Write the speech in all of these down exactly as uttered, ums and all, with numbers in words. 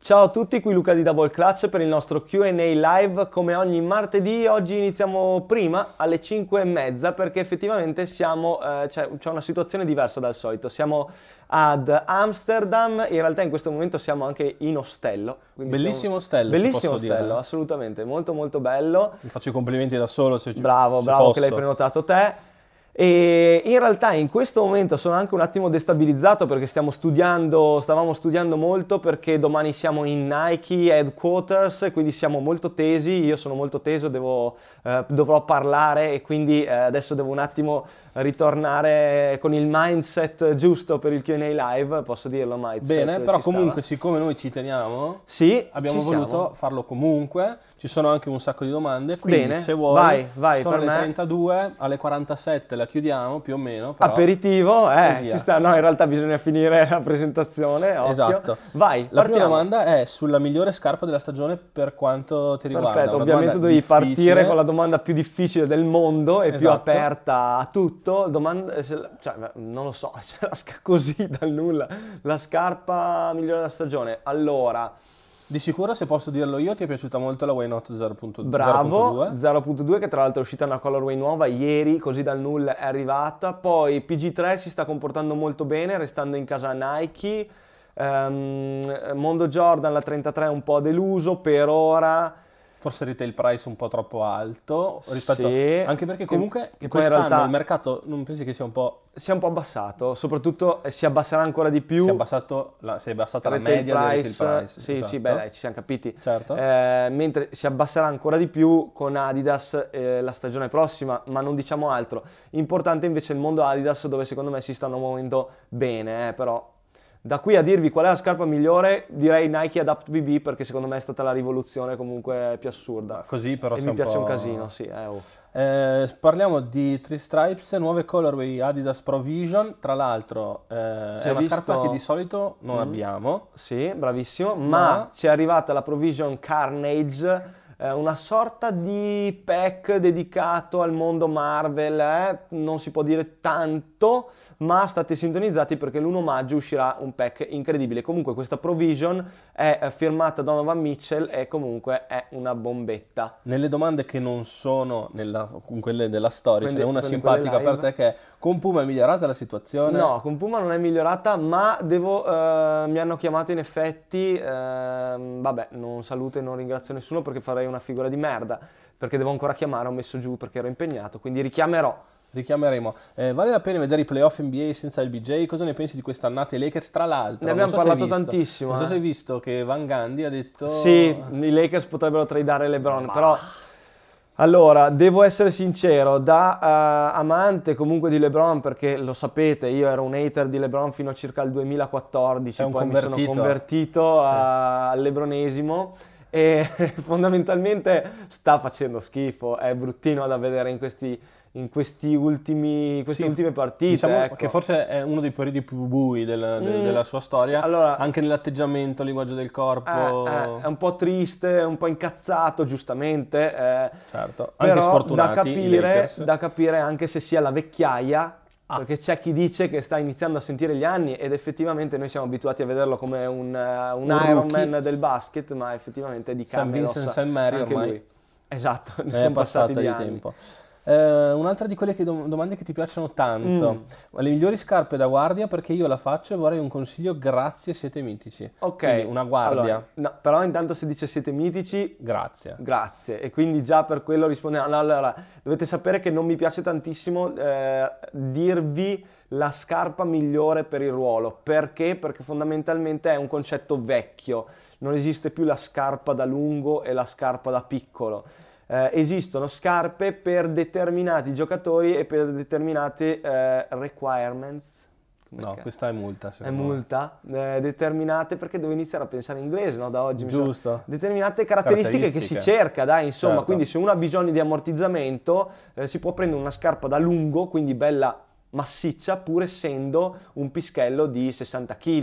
Ciao a tutti, qui Luca di Double Clutch per il nostro Q and A live come ogni martedì. Oggi iniziamo prima alle cinque e mezza perché effettivamente siamo, eh, c'è, c'è una situazione diversa dal solito. Siamo ad Amsterdam, in realtà in questo momento siamo anche in ostello. Bellissimo siamo... ostello, Bellissimo posso ostello, dire. assolutamente, molto molto bello. Mi faccio i complimenti da solo se ci Bravo, se bravo posso. che l'hai prenotato te. E in realtà in questo momento sono anche un attimo destabilizzato perché stiamo studiando, stavamo studiando molto perché domani siamo in Nike Headquarters, quindi siamo molto tesi, io sono molto teso, devo, eh, dovrò parlare e quindi eh, adesso devo un attimo ritornare con il mindset giusto per il Q and A live, posso dirlo mindset? Bene, però ci comunque stava? siccome noi ci teniamo, Sì, abbiamo ci voluto siamo. farlo comunque, ci sono anche un sacco di domande, quindi Bene, se vuoi vai, vai, sono per le me. trentadue, alle quarantasette la chiudiamo più o meno. Però, Aperitivo, e eh, via. ci sta, no in realtà bisogna finire la presentazione, occhio. Esatto. Vai, La partiamo. prima domanda è sulla migliore scarpa della stagione per quanto ti riguarda. Perfetto, Una ovviamente domanda dovevi difficile. partire con la domanda più difficile del mondo e più Esatto. aperta a tutto. Domanda, cioè, non lo so, cioè, la sca- così dal nulla. La scarpa migliore della stagione. Allora, Di sicuro, se posso dirlo io, ti è piaciuta molto la Why Not zero punto due? bravo, zero punto due che tra l'altro è uscita una colorway nuova ieri, così dal nulla è arrivata. Poi P G tre si sta comportando molto bene, restando in casa Nike. Ehm, Mondo Jordan, la trentatré è un po' deluso per ora. Forse retail price un po' troppo alto rispetto Sì, anche perché che- comunque che poi in quest'anno realtà il mercato non pensi che sia un po' si è un po' abbassato, soprattutto eh, si abbasserà ancora di più. si è abbassato la, si è abbassata la Retail media del price, retail price. sì, esatto. sì, beh, dai, ci siamo capiti. Certo. Eh, mentre si abbasserà ancora di più con Adidas eh, la stagione prossima, ma non diciamo altro. Importante invece il mondo Adidas, dove secondo me si stanno muovendo bene, eh, però da qui a dirvi qual è la scarpa migliore, direi Nike Adapt B B, perché secondo me è stata la rivoluzione comunque più assurda. Così però E sei mi un piace po'... un casino, sì. Eh, oh. Eh, parliamo di Three Stripes, nuove colorway Adidas Pro Vision. Tra l'altro eh, Si è è una visto- scarpa che di solito non Mm. abbiamo. Sì, bravissimo, ma, Ma- ci è arrivata la Provision Carnage, eh, una sorta di pack dedicato al mondo Marvel, eh? Non si può dire tanto, ma state sintonizzati perché l'primo maggio uscirà un pack incredibile. Comunque questa Provision è eh, firmata Donovan Mitchell e comunque è una bombetta. Nelle domande che non sono nella, con quelle della storia, ce Quindi- n'è una quindi simpatica quelle per te che è: con Puma è migliorata la situazione? No, con Puma non è migliorata, ma devo, eh, mi hanno chiamato in effetti, ehm, vabbè, non saluto e non ringrazio nessuno perché farei una figura di merda, perché devo ancora chiamare, ho messo giù perché ero impegnato, quindi richiamerò. Richiameremo. Eh, vale la pena vedere i playoff N B A senza il B J? Cosa ne pensi di quest'annata ai Lakers? Tra l'altro, Ne abbiamo non so se hai parlato visto- tantissimo, Non so eh. se hai visto che Van Gundy ha detto... Sì, i Lakers potrebbero tradare LeBron, però allora devo essere sincero, da eh, amante comunque di LeBron, perché lo sapete, io ero un hater di LeBron fino a circa il duemilaquattordici, Sei un poi mi convertito. sono convertito a- al lebronesimo e fondamentalmente sta facendo schifo, è bruttino da vedere in questi, in questi ultimi, queste Sì, ultime partite. Diciamo ecco. che forse è uno dei periodi più bui del- del- Mm, della sua storia, allora- anche nell'atteggiamento, il linguaggio del corpo. Eh, eh, è un po' triste, è un po' incazzato, giustamente. eh, Certo, anche però sfortunati da i capire, Lakers. da capire anche se sia la vecchiaia, Ah. perché c'è chi dice che sta iniziando a sentire gli anni ed effettivamente noi siamo abituati a vederlo come un, eh, un Un Iron rookie. Man del basket, ma effettivamente è di Sam carne e Vincent, ossa Sam Mary anche ormai lui. Esatto, ne è sono passata passati di di anni. tempo. Eh, un'altra di quelle che dom- domande che ti piacciono tanto. Mm. Le migliori scarpe da guardia, perché io la faccio e vorrei un consiglio, grazie, siete mitici. Ok, Quindi una guardia, allora, no, però intanto se dice siete mitici, grazie. grazie, e quindi già per quello rispondiamo. Allora, dovete sapere che non mi piace tantissimo eh, dirvi la scarpa migliore per il ruolo. Perché? Perché fondamentalmente è un concetto vecchio. Non esiste più la scarpa da lungo e la scarpa da piccolo. Eh, esistono scarpe per determinati giocatori e per determinate eh, requirements. Come No, ca- questa è multa, È secondo me. multa, eh, determinate, perché devo iniziare a pensare in inglese, no? Da oggi mi sono- Giusto. determinate caratteristiche, che si Caratteristiche. cerca, dai, insomma. Certo. Quindi se uno ha bisogno di ammortizzamento, eh, si può prendere una scarpa da lungo, quindi bella massiccia, pur essendo un pischello di sessanta chili.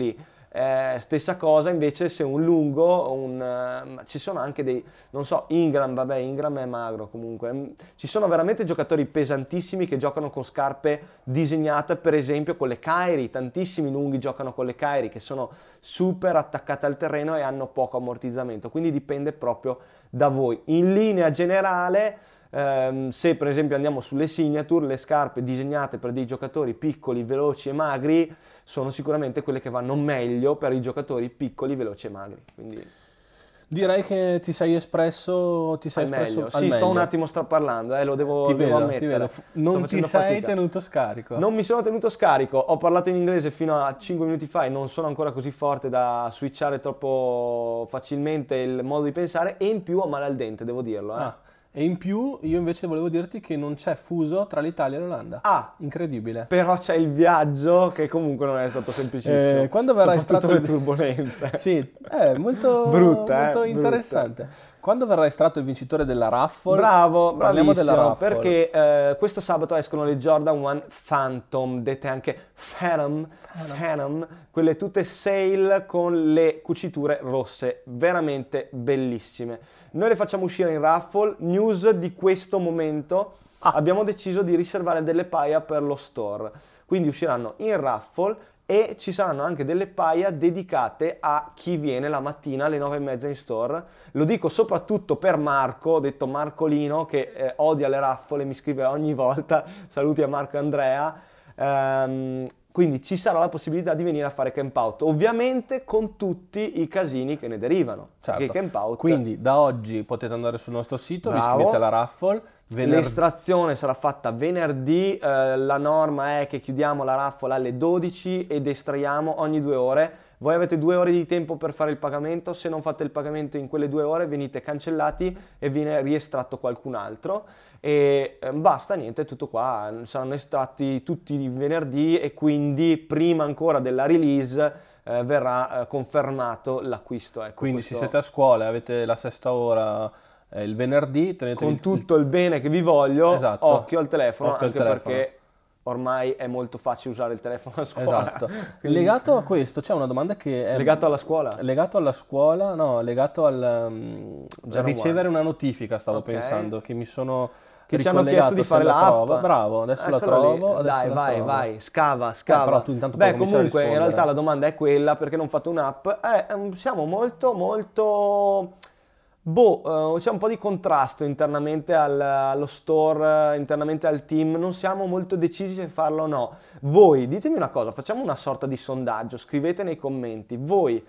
Eh, stessa cosa invece se un lungo, un, eh, ci sono anche dei, non so, Ingram, vabbè Ingram è magro comunque, ci sono veramente giocatori pesantissimi che giocano con scarpe disegnate, per esempio con le Kyrie, tantissimi lunghi giocano con le Kyrie che sono super attaccate al terreno e hanno poco ammortizzamento, quindi dipende proprio da voi. In linea generale, ehm, se per esempio andiamo sulle signature, le scarpe disegnate per dei giocatori piccoli, veloci e magri sono sicuramente quelle che vanno meglio per i giocatori piccoli, veloci e magri. Quindi direi che ti sei espresso, ti sei al espresso meglio. al Sì, meglio. sto un attimo straparlando, eh, lo devo, Ti devo vedo, ammettere. ti vedo. Non Sto ti facendo sei fatica. tenuto scarico. Non mi sono tenuto scarico, ho parlato in inglese fino a cinque minuti fa e non sono ancora così forte da switchare troppo facilmente il modo di pensare e in più ho male al dente, devo dirlo. Eh. Ah, e in più io invece volevo dirti che non c'è fuso tra l'Italia e l'Olanda. Ah, incredibile. Però c'è il viaggio che comunque non è stato semplicissimo. Eh, quando verrà soprattutto estratto le il... turbolenze. Sì, è molto, Brutta, molto eh, interessante. brutta. Quando verrà estratto il vincitore della raffle? Bravo, parliamo bravissimo, della raffle. perché eh, questo sabato escono le Jordan uno Phantom, dette anche Phantom, Phantom. Phantom, quelle tutte sale con le cuciture rosse, veramente bellissime. Noi le facciamo uscire in raffle, news di questo momento, ah. abbiamo deciso di riservare delle paia per lo store, quindi usciranno in raffle e ci saranno anche delle paia dedicate a chi viene la mattina alle nove e mezza in store. Lo dico soprattutto per Marco, detto Marcolino, che eh, odia le raffole, mi scrive ogni volta, saluti a Marco e Andrea. Ehm, quindi ci sarà la possibilità di venire a fare camp out, ovviamente con tutti i casini che ne derivano. Certo. Il camp out... Quindi da oggi potete andare sul nostro sito, Bravo. vi iscrivete alla raffle. Vener... L'estrazione sarà fatta venerdì, eh, la norma è che chiudiamo la raffle alle dodici ed estraiamo ogni due ore. Voi avete due ore di tempo per fare il pagamento, se non fate il pagamento in quelle due ore venite cancellati e viene riestratto qualcun altro. E eh, basta, niente, tutto qua, saranno estratti tutti i venerdì e quindi prima ancora della release eh, verrà eh, confermato l'acquisto. Ecco, quindi questo... se siete a scuola e avete la sesta ora eh, il venerdì, tenete con il... tutto il bene che vi voglio, esatto. occhio al telefono, occhio anche al telefono. Perché ormai è molto facile usare il telefono a scuola. Esatto. Quindi... Legato a questo c'è una domanda che è... Legato alla scuola? Legato alla scuola, no, legato al um, ricevere una notifica, stavo okay. pensando, che mi sono... Che ci hanno chiesto di fare la app. Bravo, adesso Eccola la trovo. Adesso Dai, la vai, trovo. vai, scava, scava. Eh, però tu intanto Beh, puoi comunque, a in realtà la domanda è quella, perché non fate un'app? Eh, siamo molto, molto... Boh, uh, c'è un po' di contrasto internamente al, allo store, internamente al team, non siamo molto decisi se farlo o no. Voi, ditemi una cosa, facciamo una sorta di sondaggio, scrivete nei commenti, voi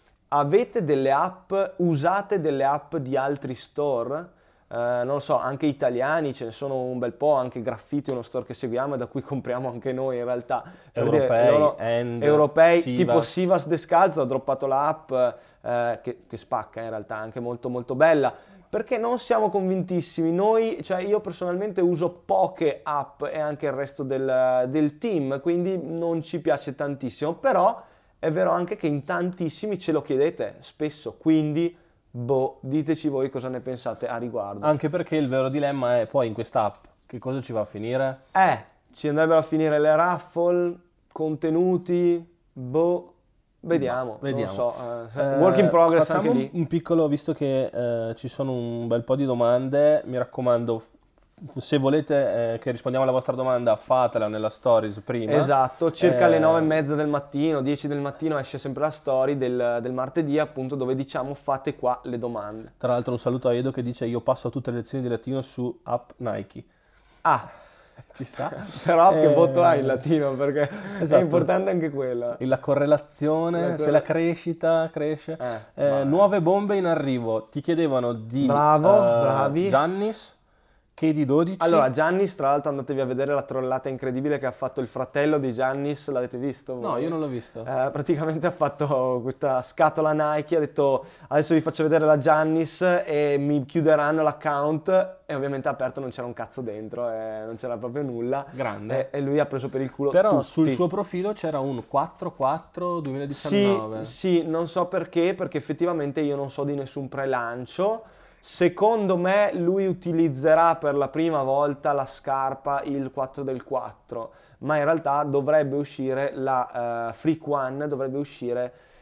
avete delle app, usate delle app di altri store? Uh, non lo so, anche italiani, ce ne sono un bel po', anche Graffiti è uno store che seguiamo e da cui compriamo anche noi in realtà. Europei, dire, loro, End, europei Sivas. Tipo Sivas Descalzo, ha droppato l'app eh, che, che spacca in realtà, anche molto molto bella, perché non siamo convintissimi. Noi, cioè io personalmente uso poche app e anche il resto del, del team, quindi non ci piace tantissimo, però è vero anche che in tantissimi ce lo chiedete spesso, quindi... Boh, diteci voi cosa ne pensate a riguardo. Anche perché il vero dilemma è poi in quest'app che cosa ci va a finire? Eh, ci andrebbero a finire le raffle, contenuti, boh, vediamo, Ma, vediamo. non so, eh, work in progress facciamo anche lì. Un piccolo, visto che eh, ci sono un bel po' di domande, mi raccomando, se volete eh, che rispondiamo alla vostra domanda, fatela nella stories prima. Esatto, circa eh... alle nove e mezza del mattino, dieci del mattino esce sempre la story del, del martedì, appunto, dove diciamo fate qua le domande. Tra l'altro un saluto a Edo che dice io passo tutte le lezioni di latino su app Nike. Ah, ci sta. Però che eh... voto hai in latino? Perché esatto. è importante anche quella. La correlazione, la corre... se la crescita cresce. Eh, eh, nuove bombe in arrivo, ti chiedevano di Bravo, uh, bravi. Giannis. Che di dodici. Allora, Giannis, tra l'altro andatevi a vedere la trollata incredibile che ha fatto il fratello di Giannis, l'avete visto? No, io non l'ho visto. Eh, praticamente ha fatto questa scatola Nike, ha detto adesso vi faccio vedere la Giannis e mi chiuderanno l'account e ovviamente ha aperto, non c'era un cazzo dentro, e non c'era proprio nulla. Grande. E, e lui ha preso per il culo Però tutti. sul suo profilo c'era un quattro quattro duemiladiciannove. Sì, sì, non so perché, perché effettivamente io non so di nessun prelancio. Secondo me lui utilizzerà per la prima volta la scarpa il quattro del quattro, ma in realtà dovrebbe uscire la uh, Freak One, dovrebbe uscire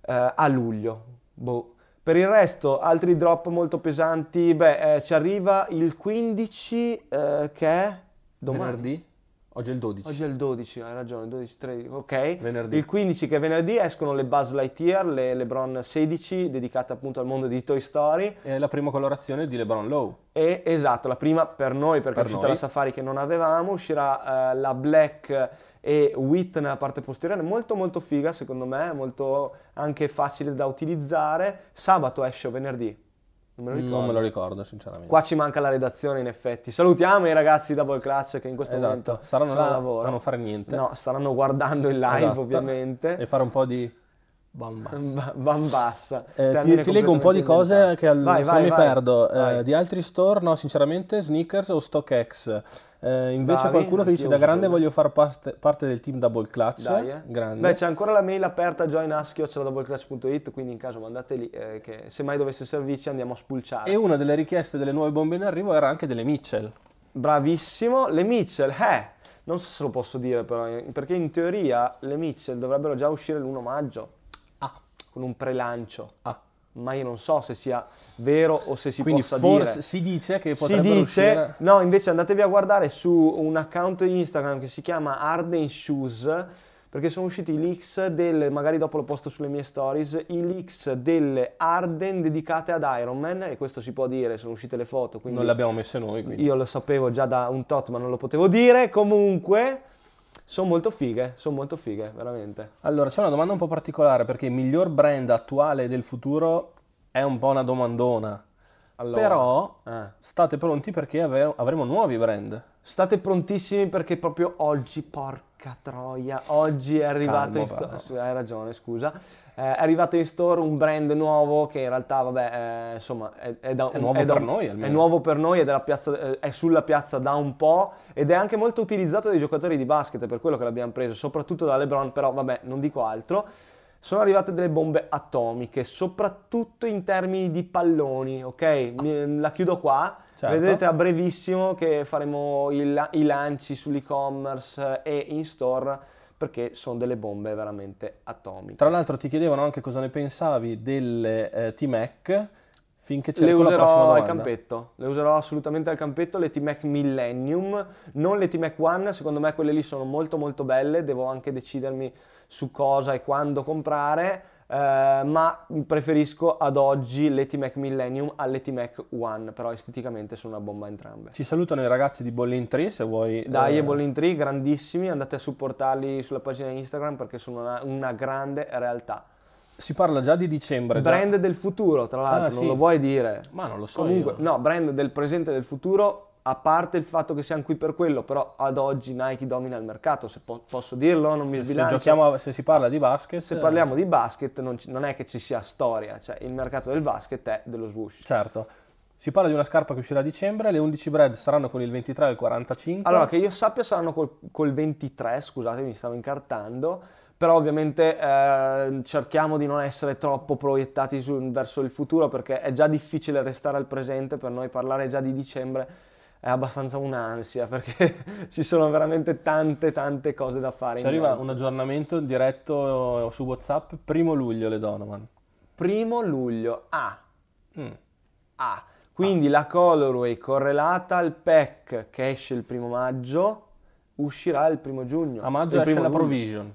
eh, a luglio. Boh. Per il resto, altri drop molto pesanti, beh, eh, ci arriva il quindici, eh, che è domani. Venerdì? Oggi è il dodici. Oggi è il dodici, hai ragione, dodici, tredici, ok. Venerdì. Il quindici, che è venerdì, escono le Buzz Lightyear, le LeBron sedici, dedicate appunto al mondo di Toy Story. È la prima colorazione di LeBron Lowe. E, esatto, la prima per noi, perché Per è uscita noi. la Safari che non avevamo, uscirà eh, la Black e Wheat nella parte posteriore, molto molto figa secondo me, molto anche facile da utilizzare. Sabato esce o venerdì? Non me lo ricordo. Non me lo ricordo, sinceramente. Qua ci manca la redazione in effetti. Salutiamo i ragazzi di Double Clutch che in questo Esatto, momento saranno sono al là lavoro. a non fare niente. No, staranno guardando il live Esatto. ovviamente. E fare un po' di bambassa. Ba- Bambassa. Eh, ti, Termine ti leggo un po' di completamente cose inventato. che al- Vai, se vai, mi vai, perdo. Eh, vai. di altri store, no, sinceramente, Sneakers o StockX. Eh, invece Bravi, qualcuno che dice anch'io da grande quello. voglio far parte, parte del team Double Clutch. Dai, eh. Grande. Beh, c'è ancora la mail aperta join us chiocciola doubleclutch punto it, quindi in caso mandate lì, eh, che se mai dovesse servirci andiamo a spulciare. E una delle richieste delle nuove bombe in arrivo era anche delle Mitchell. Bravissimo, le Mitchell, eh, non so se lo posso dire però, eh, perché in teoria le Mitchell dovrebbero già uscire l'primo maggio, Ah, con un prelancio, ah. ma io non so se sia vero o se si Quindi possa forse dire. si dice che Si potrebbero dice, uscire. no, invece andatevi a guardare su un account Instagram che si chiama Arden Shoes, perché sono usciti i leaks del, magari dopo lo posto sulle mie stories, i leaks delle Arden dedicate ad Iron Man, e questo si può dire, sono uscite le foto, quindi Non le abbiamo messe noi, quindi. io lo sapevo già da un tot ma non lo potevo dire. Comunque sono molto fighe, sono molto fighe, veramente. Allora, c'è una domanda un po' particolare perché il miglior brand attuale del futuro è un po' una domandona. Allora, Però eh. state pronti perché ave- avremo nuovi brand. State prontissimi perché proprio oggi, porca troia, oggi è arrivato Calmo, in store, però. hai ragione, scusa, eh, è arrivato in store un brand nuovo che in realtà, vabbè, eh, insomma, è, è, da, È nuovo da per un- noi, almeno. È nuovo per noi, è, della piazza, eh, è sulla piazza da un po' ed è anche molto utilizzato dai giocatori di basket, è per quello che l'abbiamo preso, soprattutto da LeBron, però vabbè, non dico altro. Sono arrivate delle bombe atomiche, soprattutto in termini di palloni, ok? Mi- la chiudo qua. Certo. Vedrete a brevissimo che faremo il- i lanci sull'e-commerce e in store, perché sono delle bombe veramente atomiche. Tra l'altro ti chiedevano anche cosa ne pensavi delle eh, T-Mac finché Le cerco la prossima userò al domanda. campetto, le userò assolutamente al campetto, le T-Mac Millennium, non le T-Mac One, secondo me quelle lì sono molto molto belle, devo anche decidermi su cosa e quando comprare, eh, ma preferisco ad oggi le T-Mac Millennium alle T-Mac One, però esteticamente sono una bomba entrambe. Ci salutano i ragazzi di Bowling Tree, se vuoi. Dai, eh, e Bowling Tree, grandissimi, andate a supportarli sulla pagina Instagram perché sono una, una grande realtà. Si parla già di dicembre. già. Brand del futuro, tra l'altro, Ah, non sì. lo vuoi dire? Ma non lo so Comunque, io. no, brand del presente e del futuro, a parte il fatto che siamo qui per quello, però ad oggi Nike domina il mercato, se po- posso dirlo, non mi Se, se sbilancio. giochiamo a- se si parla di basket. Se parliamo di basket non, ci- non è che ci sia storia, cioè il mercato del basket è dello swoosh. Certo. Si parla di una scarpa che uscirà a dicembre, le undici bread saranno con il ventitré e il quarantacinque. Allora, che io sappia saranno col, col ventitré, scusate, mi stavo incartando, però ovviamente eh, cerchiamo di non essere troppo proiettati su- verso il futuro perché è già difficile restare al presente, per noi parlare già di dicembre è abbastanza un'ansia perché ci sono veramente tante tante cose da fare. Ci in arriva mezzo. un aggiornamento diretto su WhatsApp, primo luglio le Donovan. Primo luglio, ah, Mm. ah, quindi la colorway correlata al pack che esce il primo maggio uscirà il primo giugno. A maggio il esce primo la luglio. Provision.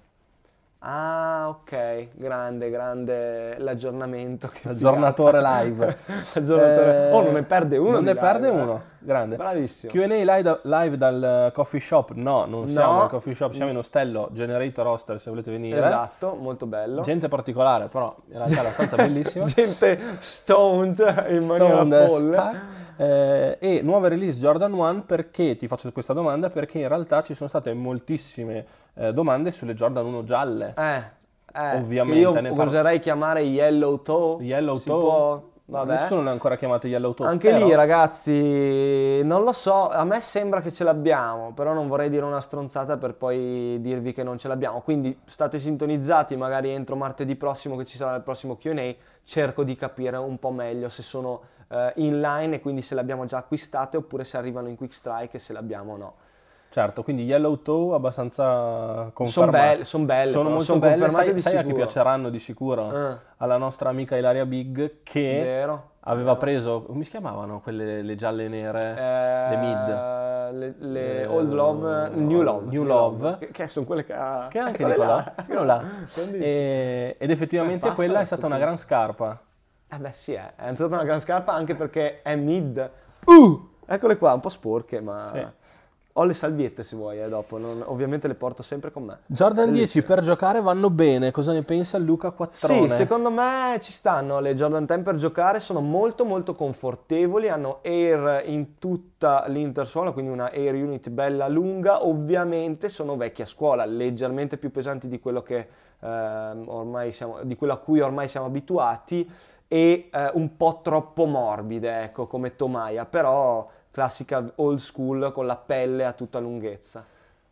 Ah, ok, grande, grande l'aggiornamento. Che Aggiornatore figata. live. Aggiornatore. Eh, Oh, non ne perde uno. Non di ne perde live, eh. uno, grande. Bravissimo. Q and A live, live dal coffee shop? No, non siamo No. al coffee shop, siamo in ostello, Generator Hostel se volete venire. Esatto, molto bello. Gente particolare, però in realtà la stanza è bellissima. Gente stoned in maniera Stoned as folle. fuck. Eh, e nuova release Jordan uno, perché ti faccio questa domanda? Perché in realtà ci sono state moltissime eh, domande sulle Jordan uno gialle. Eh, eh, Ovviamente, che io ne parlo. oserei chiamare Yellow Toe. Yellow Si Toe? può- Vabbè. Nessuno l'ha ancora chiamato Yellow Toe. Anche però- lì, ragazzi, non lo so, a me sembra che ce l'abbiamo, però non vorrei dire una stronzata per poi dirvi che non ce l'abbiamo. Quindi state sintonizzati, magari entro martedì prossimo che ci sarà il prossimo Q and A, cerco di capire un po' meglio se sono eh, in line e quindi se le abbiamo già acquistate oppure se arrivano in Quick Strike e se le abbiamo o no. Certo, quindi Yellow Toe abbastanza Sono confermate. belle, son belle, Sono però, molto son belle, confermate sai, di sai a chi sicuro. piaceranno di sicuro? Eh. Alla nostra amica Ilaria Big che Vero, aveva vero. preso, come si chiamavano quelle le gialle e nere, Eh, le mid, le, le Eh, Old Love, New Love. New Love. Che, che sono quelle che ha... che anche quelle Nicolò, là. sono là. Quindi- E- ed effettivamente Beh, passa quella è questo stata una qui. gran scarpa. Eh beh sì, è, è entrata una gran scarpa anche perché è mid. Uh, eccole qua, un po' sporche, ma... Sì. Ho le salviette se vuoi, eh, dopo, non- ovviamente le porto sempre con me. Jordan dieci Bellissime. per giocare vanno bene, cosa ne pensa Luca Quattrone? Sì, secondo me ci stanno le Jordan dieci per giocare, sono molto molto confortevoli, hanno Air in tutta l'intersuola, quindi una Air Unit bella lunga, ovviamente sono vecchia scuola, leggermente più pesanti di quello, che, ehm, ormai siamo, di quello a cui ormai siamo abituati e eh, un po' troppo morbide, ecco, come tomaia, però classica old school con la pelle a tutta lunghezza.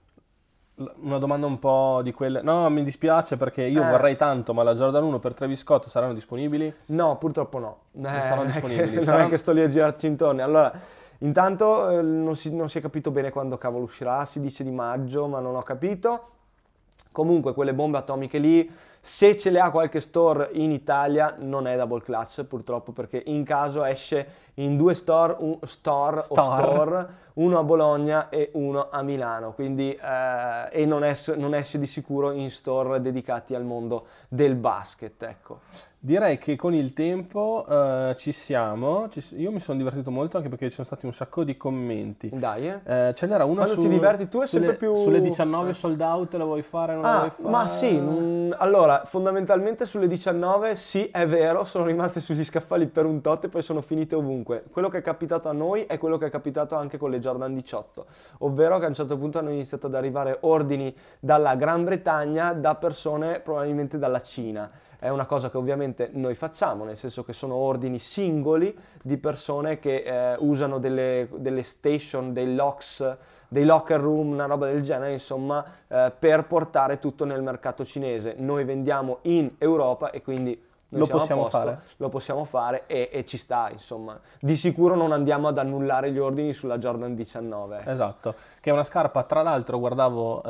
Una domanda un po' di quelle... No, mi dispiace perché io Eh. vorrei tanto, ma la Jordan uno per Travis Scott saranno disponibili? No, purtroppo no. Non saranno disponibili. Non Saranno- è che sto lì a girarci intorno. Allora, intanto eh, non si, non si è capito bene quando cavolo uscirà, si dice di maggio, ma non ho capito. Comunque quelle bombe atomiche lì, se ce le ha qualche store in Italia, non è Double Clutch purtroppo, perché in caso esce in due store, un store, Store. o store, uno a Bologna e uno a Milano, quindi eh, e non, es- non esce di sicuro in store dedicati al mondo del basket, ecco. Direi che con il tempo eh, ci siamo, Ci s- io mi sono divertito molto anche perché ci sono stati un sacco di commenti. Dai, eh. Eh, ce n'era uno Quando su, ti diverti tu è sulle, sempre più- sulle diciannove sold out, la vuoi fare, non la vuoi Ah, fare? ma sì, mm, allora, fondamentalmente sulle diciannove sì, è vero, sono rimaste sugli scaffali per un tot e poi sono finite ovunque. Quello che è capitato a noi è quello che è capitato anche con le Jordan diciotto, ovvero che a un certo punto hanno iniziato ad arrivare ordini dalla Gran Bretagna da persone probabilmente dalla Cina. È una cosa che ovviamente noi facciamo, nel senso che sono ordini singoli di persone che eh, usano delle, delle station, dei locks, dei locker room, una roba del genere, insomma, eh, per portare tutto nel mercato cinese. Noi vendiamo in Europa e quindi noi Lo siamo a possiamo posto, fare. lo possiamo fare e, e ci sta, insomma. Di sicuro non andiamo ad annullare gli ordini sulla Jordan diciannove. Esatto, che è una scarpa, tra l'altro guardavo,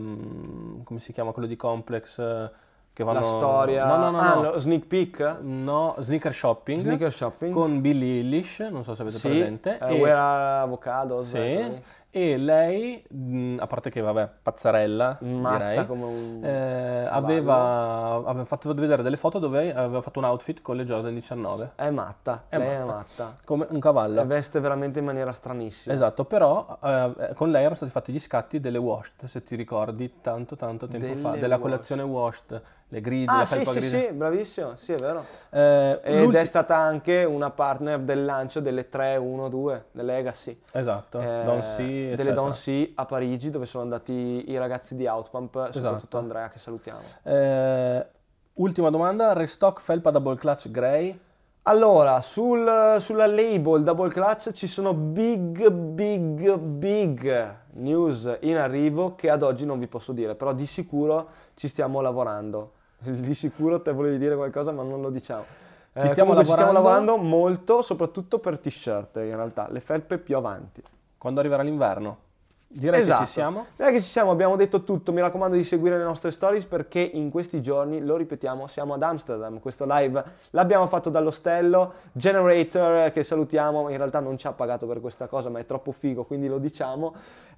ehm, come si chiama quello di Complex, eh, che vanno... La storia... No, no, no, ah, no. lo sneak peek? No, Sneaker Shopping, Sneaker shopping? con Billie Eilish, non so se avete Sì, presente. eh, Where are Avocados? sì, eccomi. e lei, mh, a parte che vabbè, pazzarella, Matta direi, come un eh, cavallo. aveva, aveva fatto vedere delle foto dove aveva fatto un outfit con le Jordan diciannove, È matta, È lei è matta. matta. come un E cavallo. veste veramente in maniera stranissima. Esatto, però eh, con lei erano stati fatti gli scatti delle washed, se ti ricordi, tanto tanto tempo fa, Delle della washed. collezione washed, le grid, Ah la sì, felpa sì, grigia. sì, bravissimo, sì è vero. Eh, Ed l'ulti- è stata anche una partner del lancio delle tre uno due, delle Legacy. Esatto, Eh, Don C, delle eccetera. Don C a Parigi, dove sono andati i ragazzi di Outpump, soprattutto Esatto. Andrea che salutiamo. Eh, ultima domanda, restock felpa double clutch grey. Allora, sul- sulla label Double Clutch ci sono big, big, big news in arrivo che ad oggi non vi posso dire, però di sicuro ci stiamo lavorando. Di sicuro te volevi dire qualcosa, ma non lo diciamo. Ci Eh, stiamo comunque ci stiamo lavorando. lavorando molto, soprattutto per t-shirt in realtà, le felpe più avanti. Quando arriverà l'inverno? Direi Esatto. che ci siamo. Direi che ci siamo, abbiamo detto tutto, mi raccomando di seguire le nostre stories perché in questi giorni, lo ripetiamo, siamo ad Amsterdam, questo live l'abbiamo fatto dall'ostello, Generator che salutiamo, in realtà non ci ha pagato per questa cosa ma è troppo figo quindi lo diciamo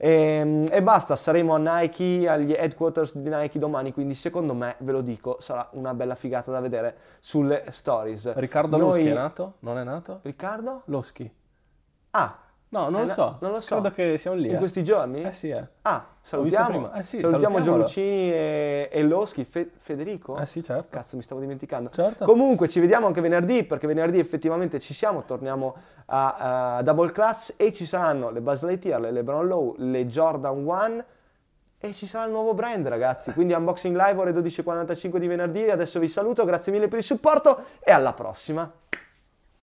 e, e basta, saremo a Nike, agli headquarters di Nike domani, quindi secondo me, ve lo dico, sarà una bella figata da vedere sulle stories. Riccardo Noi- Loschi è nato? Non è nato? Riccardo? Loschi. Ah, No, non Eh, lo no, so. non lo so. Credo che siamo lì. in eh. questi giorni? Eh sì, eh. Ah, Ho visto salutiamo, prima. Eh sì, salutiamo salutiamolo. Gianlucini e, e Loschi, Fe- Federico? Eh sì, certo. Cazzo, mi stavo dimenticando. Certo. Comunque ci vediamo anche venerdì, perché venerdì effettivamente ci siamo, torniamo a, a Double Clutch e ci saranno le Buzz Lightyear, le LeBron Low, le Jordan uno e ci sarà il nuovo brand, ragazzi. Quindi unboxing live ore dodici e quarantacinque di venerdì. Adesso vi saluto, grazie mille per il supporto e alla prossima.